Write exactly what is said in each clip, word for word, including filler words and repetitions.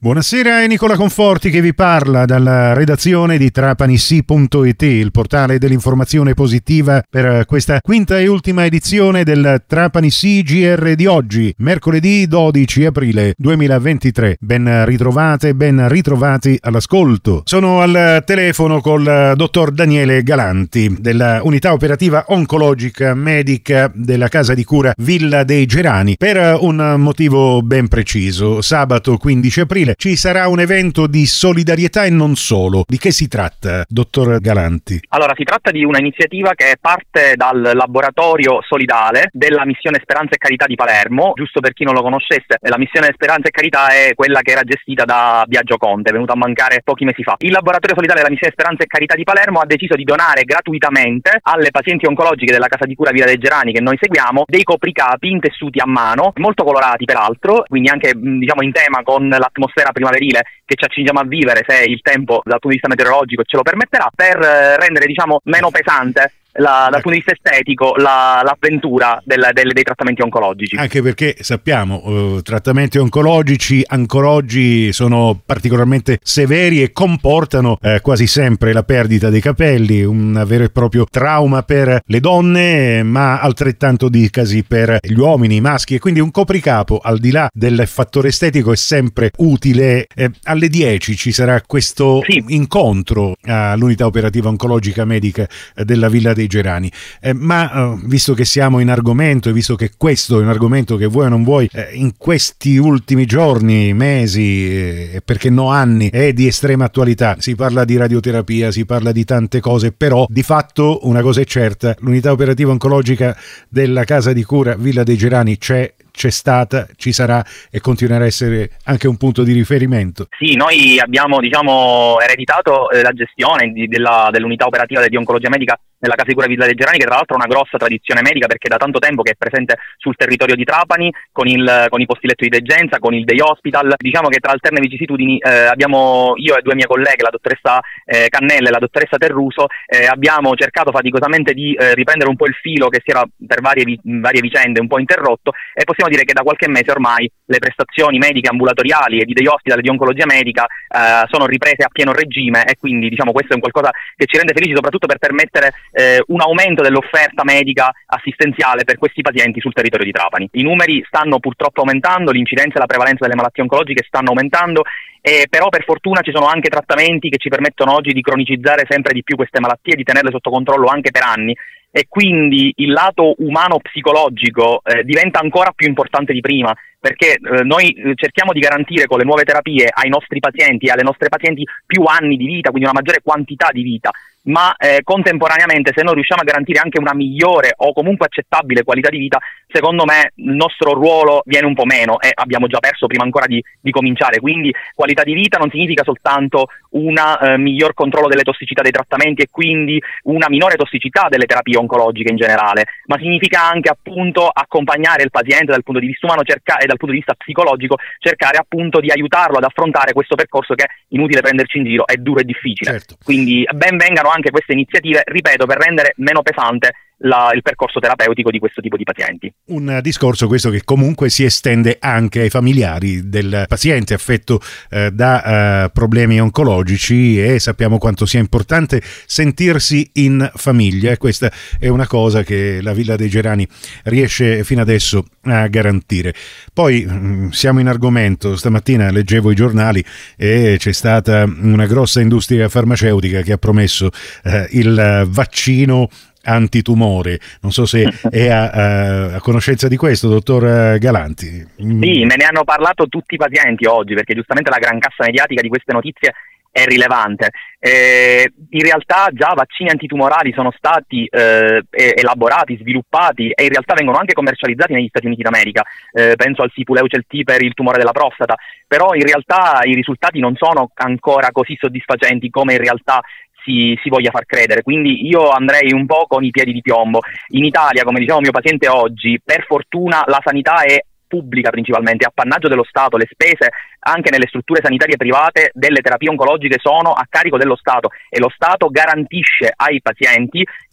Buonasera, è Nicola Conforti che vi parla dalla redazione di Trapanisi punto it, il portale dell'informazione positiva, per questa quinta e ultima edizione del Trapanisi G R di oggi, mercoledì dodici aprile duemilaventitré. Ben ritrovate, ben ritrovati all'ascolto. Sono al telefono col dottor Daniele Galanti della unità operativa oncologica medica della casa di cura Villa dei Gerani per un motivo ben preciso. Sabato quindici aprile ci sarà un evento di solidarietà e non solo. Di che si tratta, dottor Galanti? Allora, si tratta di una iniziativa che parte dal laboratorio solidale della missione Speranza e Carità di Palermo. Giusto per chi non lo conoscesse, la missione Speranza e Carità è quella che era gestita da Biagio Conte, venuta a mancare pochi mesi fa. Il laboratorio solidale della missione Speranza e Carità di Palermo ha deciso di donare gratuitamente alle pazienti oncologiche della casa di cura Villa dei Gerani che noi seguiamo dei copricapi intessuti a mano, molto colorati peraltro, quindi anche diciamo in tema con l'atmosfera primaverile che ci accingiamo a vivere, se il tempo dal punto di vista meteorologico ce lo permetterà, per rendere diciamo meno pesante La, dal punto di vista estetico la, l'avventura del, del, dei trattamenti oncologici. Anche perché sappiamo uh, trattamenti oncologici ancora oggi sono particolarmente severi e comportano uh, quasi sempre la perdita dei capelli, un vero e proprio trauma per le donne, ma altrettanto dicasi per gli uomini, i maschi, e quindi un copricapo, al di là del fattore estetico, è sempre utile. Eh, alle dieci ci sarà questo sì. incontro all'unità operativa oncologica medica eh, della Villa dei Gerani, eh, ma eh, visto che siamo in argomento e visto che questo è un argomento che vuoi o non vuoi eh, in questi ultimi giorni, mesi e eh, perché no anni è di estrema attualità, si parla di radioterapia, si parla di tante cose, però di fatto una cosa è certa: l'unità operativa oncologica della casa di cura Villa dei Gerani c'è, c'è stata, ci sarà e continuerà a essere anche un punto di riferimento. Sì, noi abbiamo diciamo ereditato eh, la gestione di, della, dell'unità operativa di oncologia medica nella casa di cura Villa dei Gerani, che tra l'altro ha una grossa tradizione medica perché da tanto tempo che è presente sul territorio di Trapani con, il, con i posti letto di degenza, con il day hospital. Diciamo che tra alterne vicissitudini eh, abbiamo, io e due mie colleghe, la dottoressa eh, Cannella e la dottoressa Terruso, eh, abbiamo cercato faticosamente di eh, riprendere un po' il filo che si era per varie, vi- varie vicende un po' interrotto, e possiamo dire che da qualche mese ormai le prestazioni mediche ambulatoriali e di day hospital e di oncologia medica eh, sono riprese a pieno regime, e quindi diciamo questo è un qualcosa che ci rende felici, soprattutto per permettere eh, un aumento dell'offerta medica assistenziale per questi pazienti sul territorio di Trapani. I numeri stanno purtroppo aumentando, l'incidenza e la prevalenza delle malattie oncologiche stanno aumentando, eh, però per fortuna ci sono anche trattamenti che ci permettono oggi di cronicizzare sempre di più queste malattie e di tenerle sotto controllo anche per anni, e quindi il lato umano-psicologico eh, diventa ancora più importante di prima, perché eh, noi cerchiamo di garantire con le nuove terapie ai nostri pazienti e alle nostre pazienti più anni di vita, quindi una maggiore quantità di vita, ma eh, contemporaneamente se non riusciamo a garantire anche una migliore o comunque accettabile qualità di vita, secondo me il nostro ruolo viene un po' meno e abbiamo già perso prima ancora di, di cominciare. Quindi qualità di vita non significa soltanto un eh, miglior controllo delle tossicità dei trattamenti e quindi una minore tossicità delle terapie oncologiche in generale, ma significa anche appunto accompagnare il paziente dal punto di vista umano cerca- e dal punto di vista psicologico, cercare appunto di aiutarlo ad affrontare questo percorso che, inutile prenderci in giro, è duro e difficile. Certo. Quindi ben vengano anche queste iniziative, ripeto, per rendere meno pesante La, il percorso terapeutico di questo tipo di pazienti. Un discorso questo che comunque si estende anche ai familiari del paziente affetto eh, da eh, problemi oncologici, e sappiamo quanto sia importante sentirsi in famiglia, e questa è una cosa che la Villa dei Gerani riesce fino adesso a garantire. Poi mh, siamo in argomento, stamattina leggevo i giornali e c'è stata una grossa industria farmaceutica che ha promesso eh, il vaccino antitumore. Non so se è a, a, a conoscenza di questo, dottor Galanti. Sì, me ne hanno parlato tutti i pazienti oggi, perché giustamente la gran cassa mediatica di queste notizie è rilevante. Eh, in realtà già vaccini antitumorali sono stati eh, elaborati, sviluppati e in realtà vengono anche commercializzati negli Stati Uniti d'America. Eh, penso al Sipuleucel T per il tumore della prostata, però in realtà i risultati non sono ancora così soddisfacenti come in realtà Si, si voglia far credere. Quindi io andrei un po' con i piedi di piombo. In Italia, come diceva il mio paziente oggi, per fortuna la sanità è pubblica principalmente, appannaggio dello Stato. Le spese anche nelle strutture sanitarie private delle terapie oncologiche sono a carico dello Stato, e lo Stato garantisce ai pazienti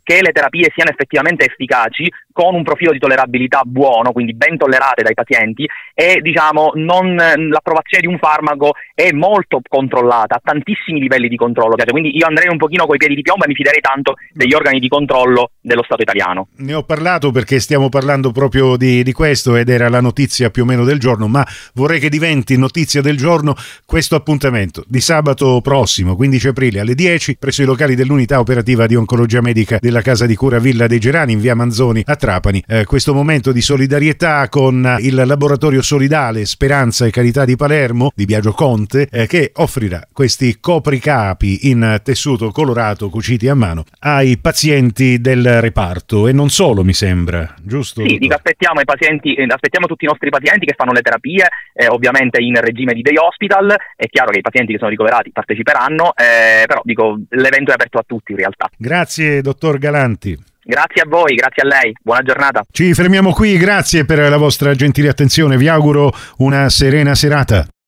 che le terapie siano effettivamente efficaci, con un profilo di tollerabilità buono, quindi ben tollerate dai pazienti, e diciamo non, l'approvazione di un farmaco è molto controllata, a tantissimi livelli di controllo, quindi io andrei un pochino coi piedi di piombo e mi fiderei tanto degli organi di controllo dello Stato italiano. Ne ho parlato perché stiamo parlando proprio di, di questo, ed era la notizia più o meno del giorno, ma vorrei che diventi notizia del giorno questo appuntamento di sabato prossimo, quindici aprile alle dieci, presso i locali dell'unità operativa di oncologia medica della Casa di Cura Villa dei Gerani in via Manzoni a Trapani. Eh, questo momento di solidarietà con il laboratorio solidale Speranza e Carità di Palermo di Biagio Conte, eh, che offrirà questi copricapi in tessuto colorato cuciti a mano ai pazienti del reparto, e non solo, mi sembra, giusto? Sì, dico, aspettiamo i pazienti, aspettiamo tutti i nostri pazienti che fanno le terapie, eh, ovviamente in regime di day hospital. È chiaro che i pazienti che sono ricoverati parteciperanno, eh, però dico, l'evento è aperto a tutti in realtà. Grazie dottor Galanti. Grazie a voi, grazie a lei, buona giornata. Ci fermiamo qui, grazie per la vostra gentile attenzione, vi auguro una serena serata.